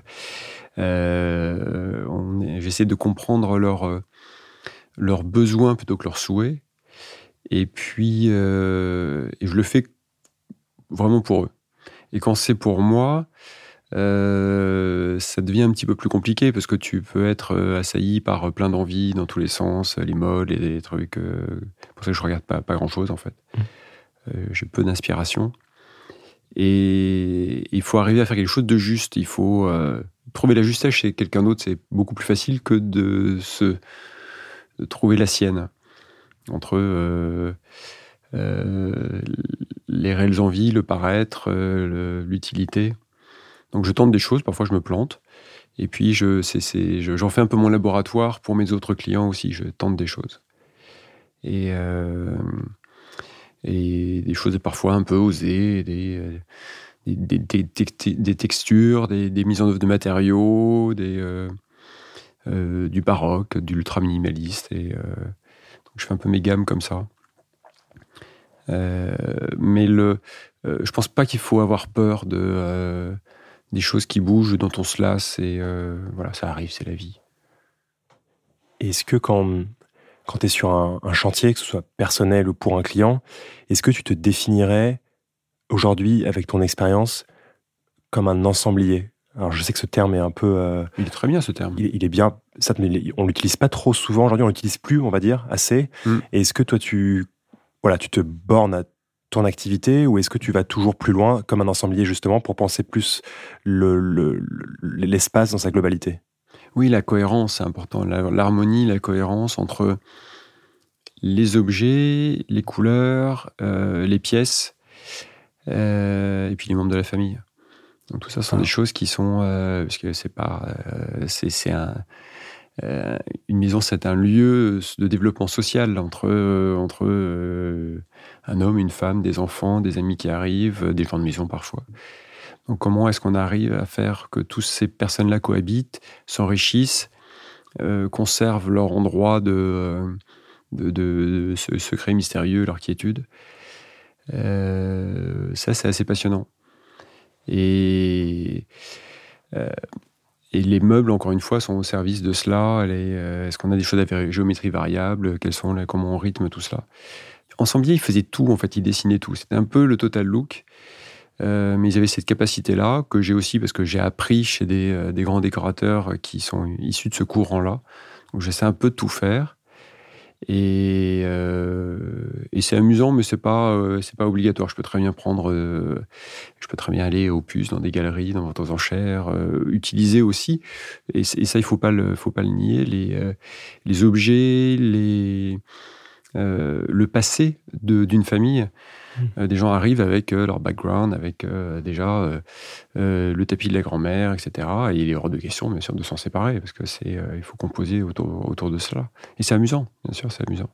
euh, on est, j'essaie de comprendre leurs leurs besoins plutôt que leurs souhaits. Et puis, euh, et je le fais vraiment pour eux. Et quand c'est pour moi, euh, ça devient un petit peu plus compliqué parce que tu peux être assailli par plein d'envies dans tous les sens, les modes et des trucs. Euh, pour ça que je regarde pas, pas grand-chose en fait. Mmh. Euh, j'ai peu d'inspiration. Et il faut arriver à faire quelque chose de juste. Il faut euh, trouver la justesse chez quelqu'un d'autre. C'est beaucoup plus facile que de se de trouver la sienne entre euh, euh, les réelles envies, le paraître, euh, le, l'utilité. Donc je tente des choses, parfois je me plante, et puis je, c'est, c'est, je, j'en fais un peu mon laboratoire pour mes autres clients aussi, je tente des choses. Et, euh, et des choses parfois un peu osées, des, des, des, des, des textures, des, des mises en œuvre de matériaux, des, euh, euh, du baroque, du ultra-minimaliste, et euh, donc je fais un peu mes gammes comme ça. Euh, mais le, euh, je pense pas qu'il faut avoir peur de... Euh, des choses qui bougent, dont on se lasse, et euh, voilà, ça arrive, c'est la vie. Est-ce que quand, quand tu es sur un, un chantier, que ce soit personnel ou pour un client, est-ce que tu te définirais aujourd'hui, avec ton expérience, comme un ensemblier ? Alors je sais que ce terme est un peu... Euh, il est très bien ce terme. Il, il est bien, ça, mais on l'utilise pas trop souvent, aujourd'hui on l'utilise plus, on va dire, assez. Mm. Et est-ce que toi tu, voilà, tu te bornes à ton activité, ou est-ce que tu vas toujours plus loin comme un ensemblier justement pour penser plus le, le, l'espace dans sa globalité ? Oui, la cohérence, c'est important. La, l'harmonie, la cohérence entre les objets, les couleurs, euh, les pièces, euh, et puis les membres de la famille. Donc tout ça sont ah. des choses qui sont... Euh, parce que c'est pas... Euh, c'est, c'est un... Euh, une maison, c'est un lieu de développement social entre, euh, entre euh, un homme, une femme, des enfants, des amis qui arrivent, des gens de maison parfois. Donc comment est-ce qu'on arrive à faire que toutes ces personnes-là cohabitent, s'enrichissent, euh, conservent leur endroit de, de, de, de ce secret mystérieux, leur quiétude. Euh, ça, c'est assez passionnant. Et, euh, et les meubles, encore une fois, sont au service de cela. Les, euh, est-ce qu'on a des choses à géométrie variable? Quels sont les, comment on rythme tout cela? Ensemblier, ils faisaient tout, en fait, ils dessinaient tout. C'était un peu le total look. Euh, mais ils avaient cette capacité-là, que j'ai aussi parce que j'ai appris chez des, euh, des grands décorateurs qui sont issus de ce courant-là. Donc j'essaie un peu de tout faire. Et, euh, et c'est amusant, mais c'est pas, euh, c'est pas obligatoire. Je peux très bien prendre, euh, je peux très bien aller aux puces, dans des galeries, dans ventes aux enchères, euh, utiliser aussi. Et, et ça, il faut pas le, faut pas le nier. Les, euh, les objets, les, euh, le passé de, d'une famille. Euh, des gens arrivent avec euh, leur background, avec euh, déjà euh, euh, le tapis de la grand-mère, et cetera. Et il est hors de question, bien sûr, de s'en séparer, parce que c'est, euh, il faut composer autour, autour de cela. Et c'est amusant, bien sûr, c'est amusant.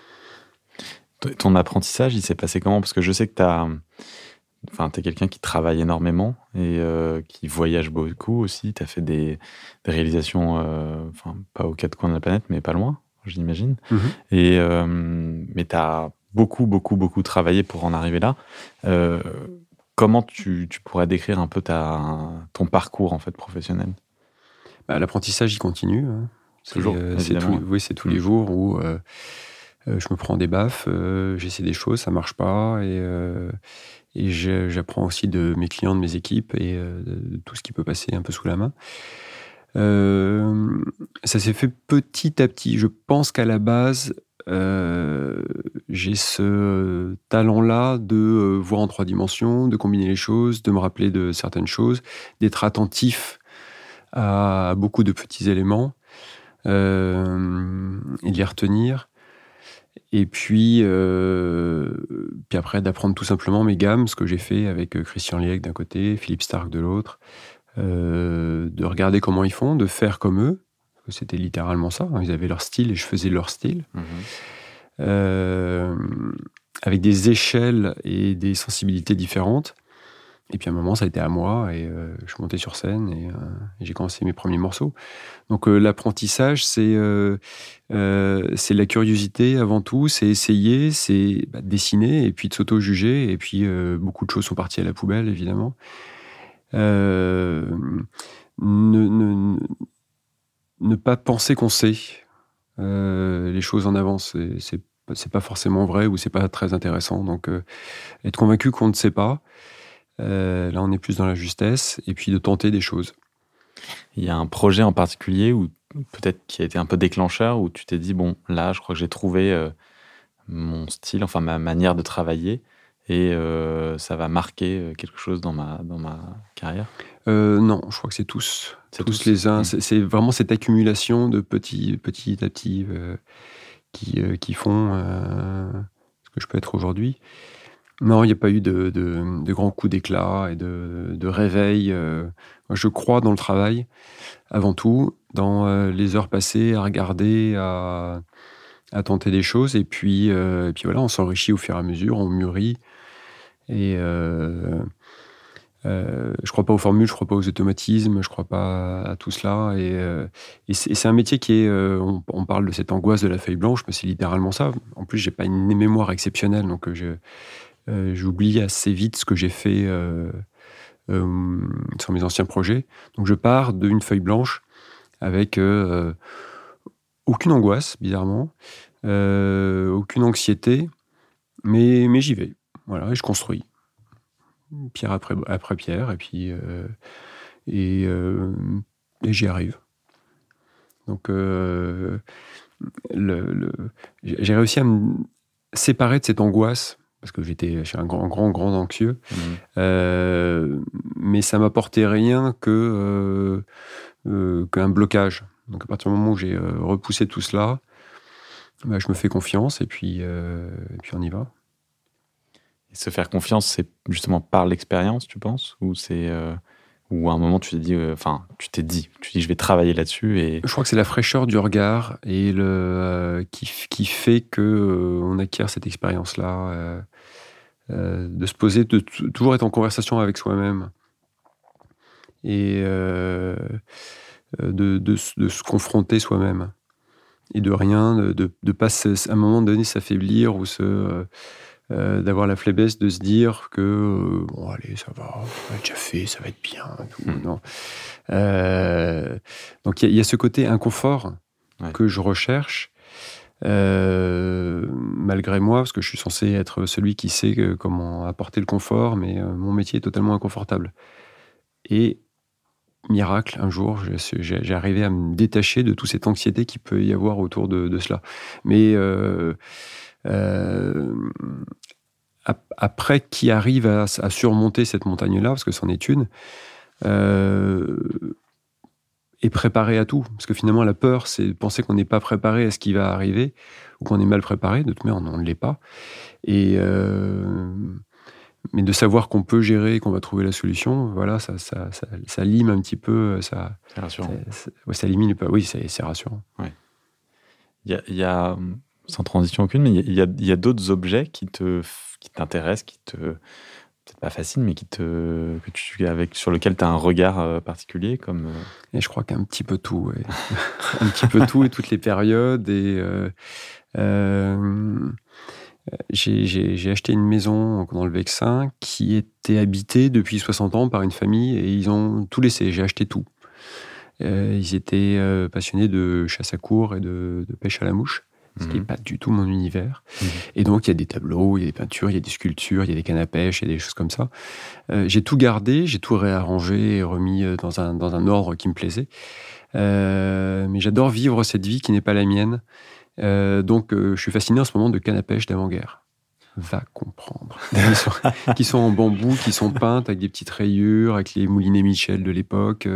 Ton apprentissage, il s'est passé comment? Parce que je sais que tu as... Enfin, tu es quelqu'un qui travaille énormément et euh, qui voyage beaucoup aussi. Tu as fait des, des réalisations, euh, enfin, pas aux quatre coins de la planète, mais pas loin, j'imagine. Mm-hmm. Et, euh, mais tu as beaucoup, beaucoup, beaucoup travaillé pour en arriver là. Euh, comment tu, tu pourrais décrire un peu ta, ton parcours en fait, professionnel? Bah, l'apprentissage, il continue. Hein. C'est, Toujours, euh, c'est tout, oui, c'est tous mmh. les jours où euh, euh, je me prends des baffes, euh, j'essaie des choses, ça marche pas. Et, euh, et j'apprends aussi de mes clients, de mes équipes et euh, de tout ce qui peut passer un peu sous la main. Euh, ça s'est fait petit à petit. Je pense qu'à la base, Euh, j'ai ce talent-là de euh, voir en trois dimensions, de combiner les choses, de me rappeler de certaines choses, d'être attentif à beaucoup de petits éléments euh, et de les retenir. Et puis, euh, puis après, d'apprendre tout simplement mes gammes, ce que j'ai fait avec Christian Liègue d'un côté, Philippe Starck de l'autre, euh, de regarder comment ils font, de faire comme eux. C'était littéralement ça. Ils avaient leur style et je faisais leur style. Mmh. Euh, avec des échelles et des sensibilités différentes. Et puis à un moment, ça a été à moi et euh, je suis monté sur scène et, euh, et j'ai commencé mes premiers morceaux. Donc euh, l'apprentissage, c'est, euh, euh, c'est la curiosité avant tout, c'est essayer, c'est bah, dessiner et puis de s'auto-juger. Et puis euh, beaucoup de choses sont parties à la poubelle, évidemment. Euh, ne, ne, ne pas penser qu'on sait euh, les choses en avance, c'est, c'est, c'est pas forcément vrai ou c'est pas très intéressant. Donc, euh, être convaincu qu'on ne sait pas, euh, là on est plus dans la justesse, et puis de tenter des choses. Il y a un projet en particulier où peut-être qui a été un peu déclencheur, où tu t'es dit, bon, là je crois que j'ai trouvé euh, mon style, enfin ma manière de travailler, et euh, ça va marquer quelque chose dans ma, dans ma carrière? Euh, non, je crois que c'est tous, c'est tous, tous les uns. Mmh. C'est, c'est vraiment cette accumulation de petits, petit à petit euh, qui, euh, qui font euh, ce que je peux être aujourd'hui. Non, il n'y a pas eu de, de, de grands coups d'éclat et de, de réveil. Euh. Moi, je crois dans le travail, avant tout, dans euh, les heures passées à regarder, à, à tenter des choses. Et puis, euh, et puis voilà, on s'enrichit au fur et à mesure, on mûrit. Et... Euh, Euh, je crois pas aux formules, je crois pas aux automatismes, je crois pas à tout cela. Et, euh, et, c'est, et c'est un métier qui est. Euh, on, on parle de cette angoisse de la feuille blanche, mais c'est littéralement ça. En plus, j'ai pas une mémoire exceptionnelle, donc je, euh, j'oublie assez vite ce que j'ai fait euh, euh, sur mes anciens projets. Donc je pars d'une feuille blanche avec euh, aucune angoisse, bizarrement, euh, aucune anxiété, mais, mais j'y vais. Voilà, et je construis. Pierre après, après pierre, et puis euh, et, euh, et j'y arrive. Donc, euh, le, le, j'ai réussi à me séparer de cette angoisse, parce que j'étais, j'étais un grand, grand, grand anxieux, mmh. euh, mais ça m'apportait rien que, euh, euh, qu'un blocage. Donc, à partir du moment où j'ai euh, repoussé tout cela, bah, je me fais confiance, et puis, euh, et puis on y va. Et se faire confiance, c'est justement par l'expérience, tu penses? Ou c'est euh, ou à un moment tu t'es dit, enfin, euh, tu t'es dit, tu dis, je vais travailler là-dessus et. Je crois que c'est la fraîcheur du regard et le euh, qui qui fait que euh, on acquiert cette expérience-là, euh, euh, de se poser, de t- toujours être en conversation avec soi-même et euh, de, de de se confronter soi-même et de rien, de de, de pas à un moment donné s'affaiblir ou se euh, euh, d'avoir la faiblesse de se dire que euh, bon allez ça va, on l'a déjà fait, ça va être bien. Tout, mmh. Non. Euh, donc il y, y a ce côté inconfort ouais. que je recherche. Euh, malgré moi, parce que je suis censé être celui qui sait que, comment apporter le confort, mais euh, mon métier est totalement inconfortable. Et miracle, un jour, j'ai, j'ai arrivé à me détacher de toute cette anxiété qu'il peut y avoir autour de, de cela. Mais euh, euh, après, qui arrive à, à surmonter cette montagne-là, parce que c'en est une, euh, est préparé à tout. Parce que finalement, la peur, c'est de penser qu'on n'est pas préparé à ce qui va arriver, ou qu'on est mal préparé. De toute manière, on ne l'est pas. Et... Euh, mais de savoir qu'on peut gérer, qu'on va trouver la solution, voilà, ça, ça, ça, ça lime un petit peu, ça, c'est rassurant. Ça, ça, ouais, ça élimine pas. Oui, c'est, c'est rassurant. Ouais. Il y a, il y a, sans transition aucune, mais il y a, il y a d'autres objets qui te, qui t'intéressent, qui te, peut-être pas fascinent, mais qui te, que tu, avec, sur lesquels tu as un regard particulier, comme. Et je crois qu'un petit peu tout, ouais. un petit peu tout et toutes les périodes et. Euh, euh, J'ai, j'ai, j'ai acheté une maison dans le Vexin qui était habitée depuis soixante ans par une famille et ils ont tout laissé. J'ai acheté tout. Euh, ils étaient euh, passionnés de chasse à courre et de, de pêche à la mouche, ce mmh. qui n'est pas du tout mon univers. Mmh. Et donc, il y a des tableaux, il y a des peintures, il y a des sculptures, il y a des cannes à pêche, il y a des choses comme ça. Euh, j'ai tout gardé, j'ai tout réarrangé et remis dans un, dans un ordre qui me plaisait. Euh, mais j'adore vivre cette vie qui n'est pas la mienne. Euh, donc, euh, je suis fasciné en ce moment de cannes à pêche d'avant-guerre. Va comprendre. Qui sont, qui sont en bambou, qui sont peintes avec des petites rayures, avec les moulinets Michel de l'époque.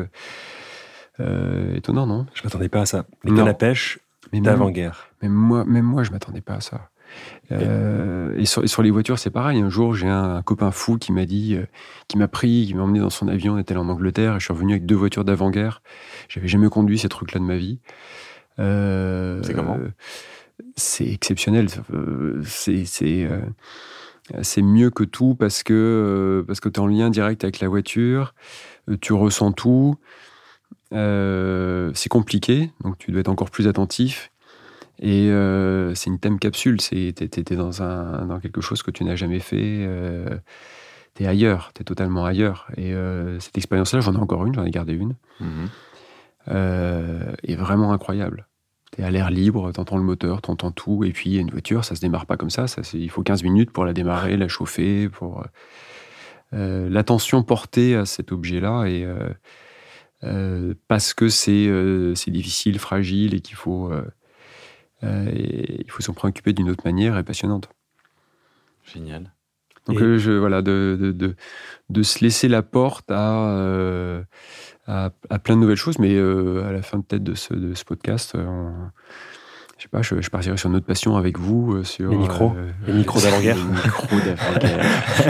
Euh, étonnant, non ? Je m'attendais pas à ça. Les cannes à pêche mais d'avant-guerre. Même, même moi, même moi, je m'attendais pas à ça. Euh, et, sur, et sur les voitures, c'est pareil. Un jour, j'ai un, un copain fou qui m'a dit, euh, qui m'a pris, qui m'a emmené dans son avion. On était allé en Angleterre et je suis revenu avec deux voitures d'avant-guerre. J'avais jamais conduit ces trucs-là de ma vie. Euh, c'est comment ? euh, C'est exceptionnel. C'est, c'est, euh, c'est mieux que tout parce que, euh, parce que tu es en lien direct avec la voiture, euh, tu ressens tout. Euh, c'est compliqué, donc tu dois être encore plus attentif. Et euh, c'est une time capsule. C'est, t'es, t'es dans, un, dans quelque chose que tu n'as jamais fait. Euh, t'es ailleurs, t'es totalement ailleurs. Et euh, cette expérience-là, j'en ai encore une, j'en ai gardé une. Mmh. Euh, est vraiment incroyable. T'es à l'air libre, t'entends le moteur, t'entends tout, et puis une voiture, ça se démarre pas comme ça, ça c'est, il faut quinze minutes pour la démarrer, la chauffer, pour euh, l'attention portée à cet objet-là, et euh, euh, parce que c'est, euh, c'est difficile, fragile, et qu'il faut, euh, euh, et il faut s'en préoccuper d'une autre manière, est passionnante. Génial. Donc euh, je, voilà, de, de, de, de se laisser la porte à... Euh, À, à plein de nouvelles choses, mais euh, à la fin peut-être de ce, de ce podcast, euh, on, je sais pas, je, je partirai sur une autre passion avec vous, euh, sur les micros, euh, les micros d'avant-guerre, les micros d'avant-guerre.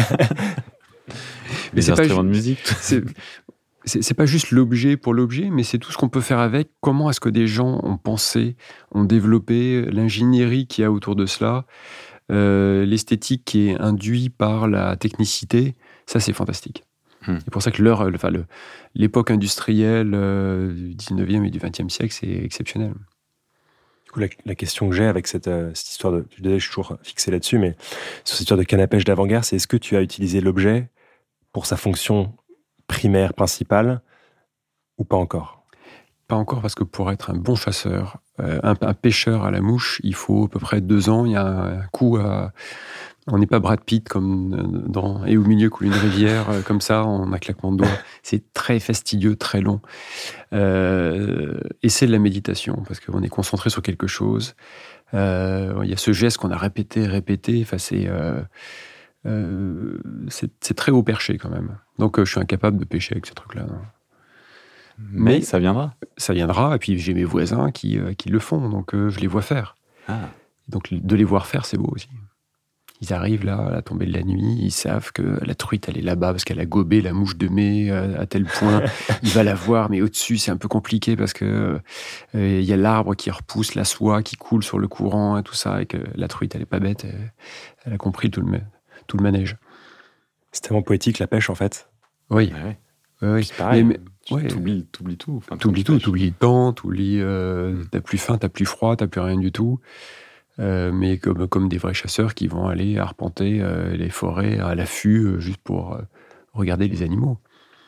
mais les c'est instruments pas, de musique. C'est, c'est, c'est pas juste l'objet pour l'objet, mais c'est tout ce qu'on peut faire avec. Comment est-ce que des gens ont pensé, ont développé l'ingénierie qu'il y a autour de cela, euh, l'esthétique qui est induite par la technicité. Ça, c'est fantastique. C'est pour ça que l'heure, enfin, le, l'époque industrielle euh, du dix-neuvième et du vingtième siècle, c'est exceptionnel. Du coup, la, la question que j'ai avec cette, euh, cette histoire de... Je suis toujours fixé là-dessus, mais sur cette histoire de canne à pêche d'avant-guerre, c'est est-ce que tu as utilisé l'objet pour sa fonction primaire, principale, ou pas encore ? Pas encore, parce que pour être un bon chasseur, euh, un, un pêcheur à la mouche, il faut à peu près deux ans. Il y a un, un coup à... On n'est pas Brad Pitt comme dans Et au milieu coule une rivière, comme ça, en un claquement de doigts. C'est très fastidieux, très long. Euh, et c'est de la méditation, parce qu'on est concentré sur quelque chose. Euh, il y a ce geste qu'on a répété, répété. Enfin, c'est, euh, euh, c'est, c'est très haut perché quand même. Donc, euh, je suis incapable de pêcher avec ce truc-là. Non. Mais, Mais ça viendra. Ça viendra. Et puis, j'ai mes voisins qui, euh, qui le font, donc euh, je les vois faire. Ah. Donc, de les voir faire, c'est beau aussi. Ils arrivent là, à la tombée de la nuit, ils savent que la truite, elle est là-bas parce qu'elle a gobé la mouche de mai à tel point. Il va la voir, mais au-dessus, c'est un peu compliqué parce que il euh, y a l'arbre qui repousse la soie qui coule sur le courant et tout ça, et que la truite, elle est pas bête, elle, elle a compris tout le, tout le manège. C'est tellement poétique, la pêche, en fait. Oui. Ouais, ouais. Oui, oui. C'est pareil, mais, tu ouais. t'oublies, t'oublies tout. Enfin, t'oublies tout, t'oublies le temps, t'oublies, euh, mm. t'as plus faim, t'as plus froid, t'as plus rien du tout. euh, mais comme, comme des vrais chasseurs qui vont aller arpenter euh, les forêts à l'affût euh, juste pour euh, regarder les animaux.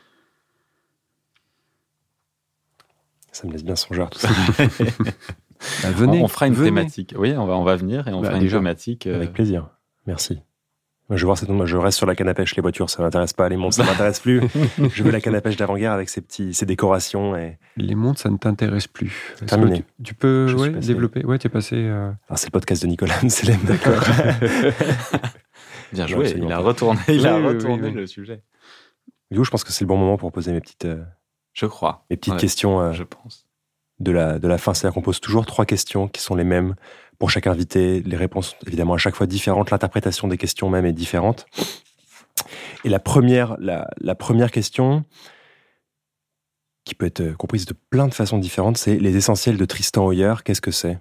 Ça me laisse bien songeur, tout ça. Bah, venez, on, on fera une venez. thématique. Oui, on va, on va venir et on Bah, fera déjà. une thématique. euh, Avec plaisir. Merci. Moi, je vais voir cette moi, je reste sur la canne à pêche, les voitures, ça m'intéresse pas. Les montres, ça m'intéresse plus. Je veux la canne à pêche d'avant-guerre avec ses petits, ses décorations. Et... Les montres, ça ne t'intéresse plus. Est-ce Terminé. que Tu, tu peux Je suis ouais, passé. développer. Ouais, tu es passé. euh, Alors, c'est le podcast de Nicolas Mselen, d'accord. Bien Non, joué. absolument Il a pas. retourné, il a Oui, oui, retourné oui, oui. le sujet. Du coup, je pense que c'est le bon moment pour poser mes petites, euh, Je crois. mes petites Ouais, questions euh, Je pense. de, la, de la fin. C'est-à-dire qu'on pose toujours trois questions qui sont les mêmes pour chaque invité. Les réponses, évidemment, à chaque fois différentes. L'interprétation des questions même est différente. Et la première, la, la première question, qui peut être comprise de plein de façons différentes, c'est les essentiels de Tristan Hoyer. Qu'est-ce que c'est ?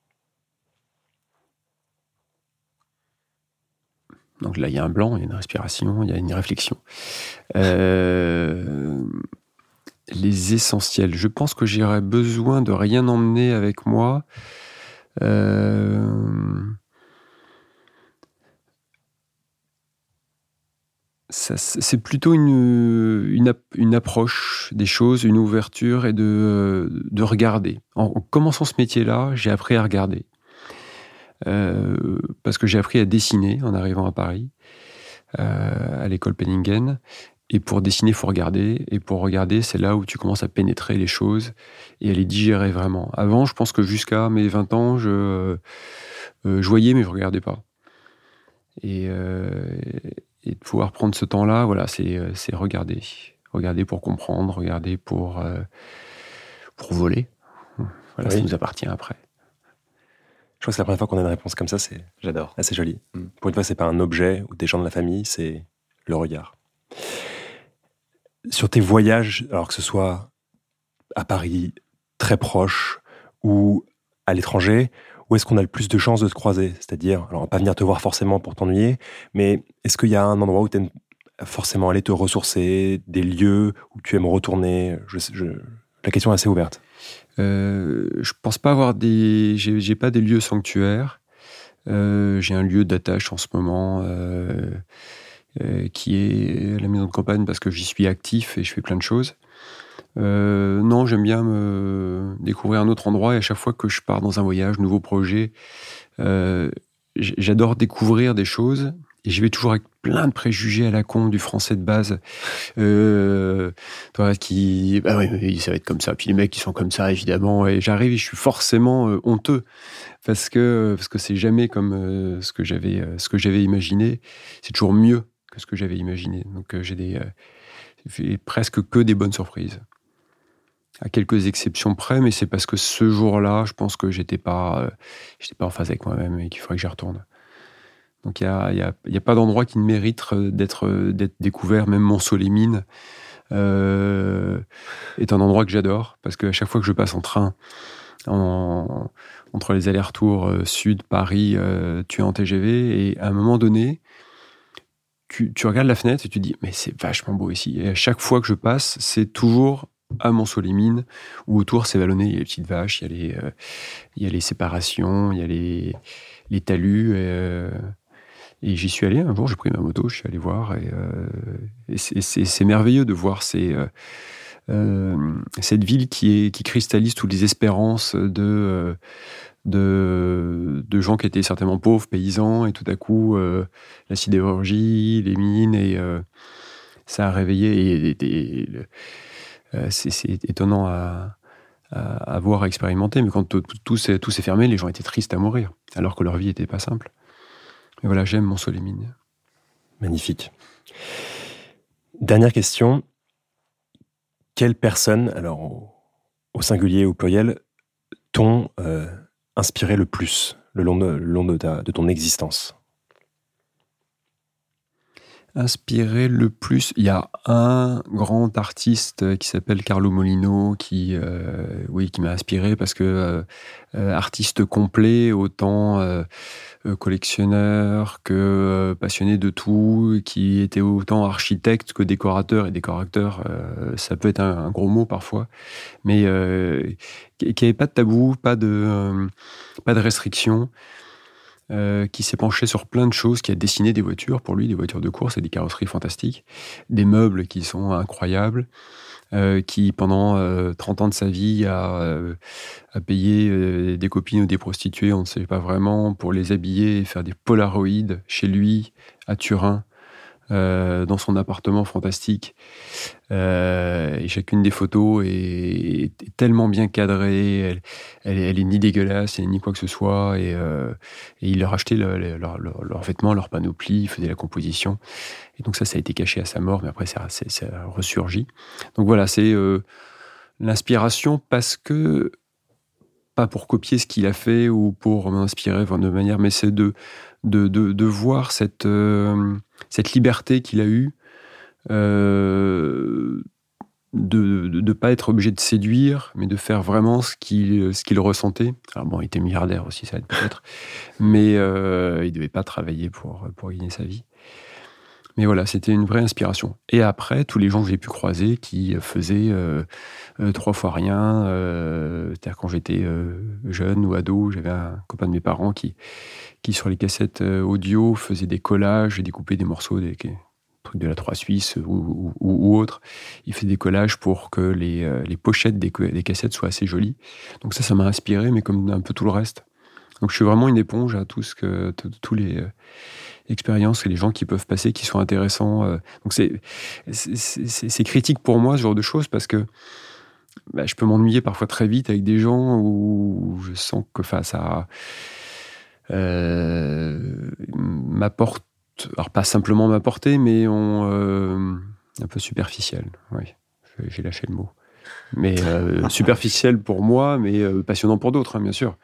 Donc là, il y a un blanc, il y a une respiration, il y a une réflexion. Euh, les essentiels. Je pense que j'aurais besoin de rien emmener avec moi. Euh, ça, c'est plutôt une, une, une approche des choses, une ouverture et de, de regarder. En, en commençant ce métier-là, j'ai appris à regarder. Euh, parce que j'ai appris à dessiner en arrivant à Paris, euh, à l'école Penningen. Et pour dessiner, il faut regarder. Et pour regarder, c'est là où tu commences à pénétrer les choses et à les digérer vraiment. Avant, je pense que jusqu'à mes vingt ans, je, euh, je voyais, mais je ne regardais pas. Et, euh, et de pouvoir prendre ce temps-là, voilà, c'est, c'est regarder. Regarder pour comprendre, regarder pour, euh, pour voler. Voilà, Oui. Ça nous appartient après. Je crois que c'est la première fois qu'on a une réponse comme ça, c'est J'adore. assez joli. Mm. Pour une fois, c'est pas un objet ou des gens de la famille, c'est le regard. Sur tes voyages, alors que ce soit à Paris, très proche, ou à l'étranger, où est-ce qu'on a le plus de chances de te croiser ? C'est-à-dire, alors on va pas venir te voir forcément pour t'ennuyer, mais est-ce qu'il y a un endroit où tu aimes forcément aller te ressourcer, des lieux où tu aimes retourner ? je, je... La question est assez ouverte. Euh, je pense pas avoir des. J'ai, j'ai pas des lieux sanctuaires. Euh, j'ai un lieu d'attache en ce moment euh, euh, qui est la maison de campagne parce que j'y suis actif et je fais plein de choses. Euh, non, j'aime bien me découvrir un autre endroit et à chaque fois que je pars dans un voyage, nouveau projet, euh, j'adore découvrir des choses. Et j'y vais toujours avec plein de préjugés à la con du français de base. Euh, toi, qui, bah oui, oui, ça va être comme ça. Puis les mecs, ils sont comme ça, évidemment. Et j'arrive et je suis forcément euh, honteux. Parce que, parce que c'est jamais comme euh, ce que j'avais, euh, ce que j'avais imaginé. C'est toujours mieux que ce que j'avais imaginé. Donc, euh, j'ai des, euh, j'ai presque que des bonnes surprises. À quelques exceptions près, mais c'est parce que ce jour-là, je pense que j'étais pas, euh, j'étais pas en phase avec moi-même et qu'il faudrait que j'y retourne. Donc il n'y a, y a, y a pas d'endroit qui ne mérite d'être, d'être découvert, même Mont-Solémine euh, est un endroit que j'adore, parce qu'à chaque fois que je passe en train, en, entre les allers-retours euh, sud, Paris, euh, tu es en T G V, et à un moment donné, tu, tu regardes la fenêtre et tu te dis, mais c'est vachement beau ici. Et à chaque fois que je passe, c'est toujours à Mont-Solémine, où autour c'est vallonné, il y a les petites vaches, il y a les, euh, il y a les séparations, il y a les, les talus, et, euh, Et j'y suis allé un jour, j'ai pris ma moto, je suis allé voir, et, euh, et c'est, c'est, c'est merveilleux de voir ces, euh, euh, cette ville qui, est, qui cristallise toutes les espérances de, de, de gens qui étaient certainement pauvres, paysans, et tout à coup, euh, la sidérurgie, les mines, et euh, ça a réveillé, et, et, et, et euh, c'est, c'est étonnant à, à, à voir, à expérimenter, mais quand tout, tout, s'est, tout s'est fermé, les gens étaient tristes à mourir, alors que leur vie n'était pas simple. Et voilà, j'aime Mont-Solémine. Magnifique. Dernière question. Quelle personne, alors au, au singulier ou au pluriel, t'ont euh, inspiré le plus le long de, le long de, ta, de ton existence ? Inspiré le plus, il y a un grand artiste qui s'appelle Carlo Molino qui, euh, oui, qui m'a inspiré parce que euh, euh, artiste complet, autant euh, collectionneur que euh, passionné de tout, qui était autant architecte que décorateur, et décorateur, euh, ça peut être un, un gros mot parfois, mais euh, qui n'avait pas de tabou, pas de, euh, pas de restrictions. euh, qui s'est penché sur plein de choses, qui a dessiné des voitures, pour lui, des voitures de course et des carrosseries fantastiques, des meubles qui sont incroyables, euh, qui, pendant euh, trente ans de sa vie, a, euh, a payé euh, des copines ou des prostituées, on ne sait pas vraiment, pour les habiller et faire des polaroïdes chez lui, à Turin, Euh, dans son appartement fantastique. Euh, et chacune des photos est, est tellement bien cadrée, elle, elle, elle est ni dégueulasse, ni quoi que ce soit. Et, euh, et il leur achetait le, le, leur, leur, leurs vêtements, leur panoplie, il faisait la composition. Et donc ça, ça a été caché à sa mort, mais après, ça, ça, ça a ressurgi. Donc voilà, c'est euh, l'inspiration parce que, pas pour copier ce qu'il a fait ou pour m'inspirer de manière, mais c'est de, de, de, de voir cette... Euh, cette liberté qu'il a eue euh, de ne pas être obligé de séduire, mais de faire vraiment ce qu'il, ce qu'il ressentait. Alors bon, il était milliardaire aussi, ça aide peut-être, mais euh, il ne devait pas travailler pour, pour gagner sa vie. Mais voilà, c'était une vraie inspiration. Et après, tous les gens que j'ai pu croiser qui faisaient euh, euh, trois fois rien, euh, c'est-à-dire quand j'étais euh, jeune ou ado, j'avais un copain de mes parents qui, qui sur les cassettes euh, audio faisait des collages et découpait des morceaux, des, des trucs de la trois Suisse ou, ou, ou autre. Il fait des collages pour que les, euh, les pochettes des, des cassettes soient assez jolies. Donc ça, ça m'a inspiré, mais comme un peu tout le reste. Donc je suis vraiment une éponge à tout ce que, tous les... Euh, expériences et les gens qui peuvent passer, qui sont intéressants. Donc c'est, c'est, c'est, c'est critique pour moi, ce genre de choses, parce que bah, je peux m'ennuyer parfois très vite avec des gens où je sens que enfin, ça euh, m'apporte, alors pas simplement m'apporter, mais on, euh, un peu superficiel. Oui, j'ai lâché le mot. Mais euh, superficiel pour moi, mais euh, passionnant pour d'autres, hein, bien sûr.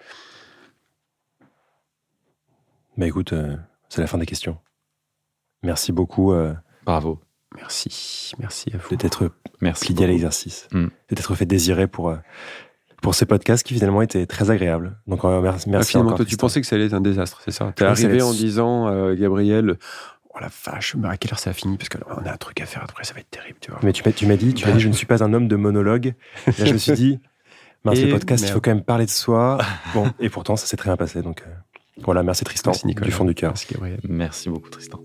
Bah écoute... Euh... C'est la fin des questions. Merci beaucoup. Euh, Bravo. Merci. Merci à vous. De t'être Merci plié à l'exercice. Mm. De t'être fait désirer pour, euh, pour ces podcasts qui finalement étaient très agréables. Donc euh, merci, merci ah, encore. Toi, tu pensais que ça allait être un désastre, c'est ça? T'es arrivé en disant, euh, Gabriel, oh la vache, mais à quelle heure ça a fini? Parce qu'on a un truc à faire après, ça va être terrible. Tu vois. Mais tu m'as, tu m'as dit, tu m'as dit, je ne suis pas un homme de monologue. Et là, je me suis dit, mince, le podcast, merde. Il faut quand même parler de soi. Bon, et pourtant, ça s'est très bien passé. Donc... Euh... Voilà, merci Tristan, merci Nicolas, du fond du cœur. Merci Gabriel. Merci beaucoup Tristan.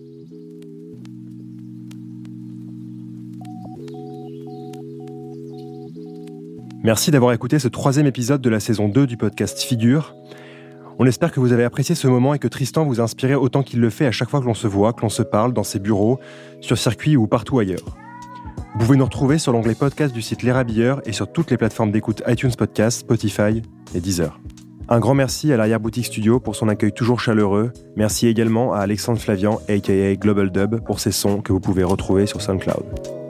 Merci d'avoir écouté ce troisième épisode de la saison deux du podcast Figure. On espère que vous avez apprécié ce moment et que Tristan vous a inspiré autant qu'il le fait à chaque fois que l'on se voit, que l'on se parle dans ses bureaux, sur circuit ou partout ailleurs. Vous pouvez nous retrouver sur l'onglet podcast du site L'Érabilleur et sur toutes les plateformes d'écoute iTunes Podcast, Spotify et Deezer. Un grand merci à l'Arrière-Boutique Studio pour son accueil toujours chaleureux. Merci également à Alexandre Flavian, aka Global Dub, pour ses sons que vous pouvez retrouver sur SoundCloud.